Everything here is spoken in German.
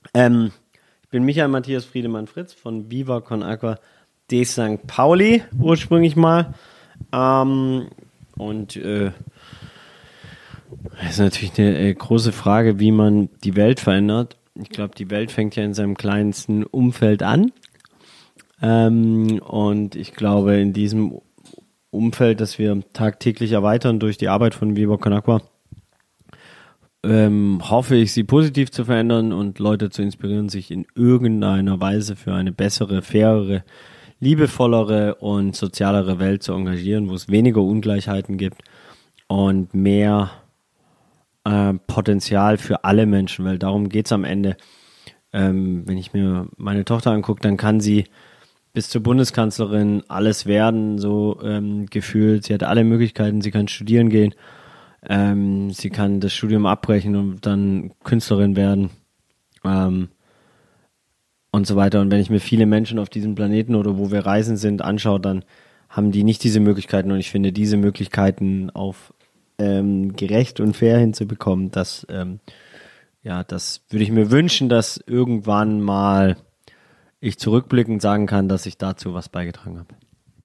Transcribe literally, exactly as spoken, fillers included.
Ähm, ich bin Michael Matthias Friedemann-Fritz von Viva Con Aqua de Sankt Pauli, ursprünglich mal. Ähm, und äh, das ist natürlich eine äh, große Frage, wie man die Welt verändert. Ich glaube, die Welt fängt ja in seinem kleinsten Umfeld an. Ähm, und ich glaube, in diesem Umfeld, das wir tagtäglich erweitern durch die Arbeit von Viva Con Aqua, ähm, hoffe ich, sie positiv zu verändern und Leute zu inspirieren, sich in irgendeiner Weise für eine bessere, fairere, liebevollere und sozialere Welt zu engagieren, wo es weniger Ungleichheiten gibt und mehr äh, Potenzial für alle Menschen, weil darum geht es am Ende. Ähm, wenn ich mir meine Tochter angucke, dann kann sie bis zur Bundeskanzlerin alles werden, so ähm, gefühlt. Sie hat alle Möglichkeiten, sie kann studieren gehen, ähm, sie kann das Studium abbrechen und dann Künstlerin werden ähm, und so weiter. Und wenn ich mir viele Menschen auf diesem Planeten oder wo wir reisen sind anschaue, dann haben die nicht diese Möglichkeiten. Und ich finde, diese Möglichkeiten auf ähm, gerecht und fair hinzubekommen, das, ähm, ja, das würde ich mir wünschen, dass irgendwann mal ich zurückblickend sagen kann, dass ich dazu was beigetragen habe.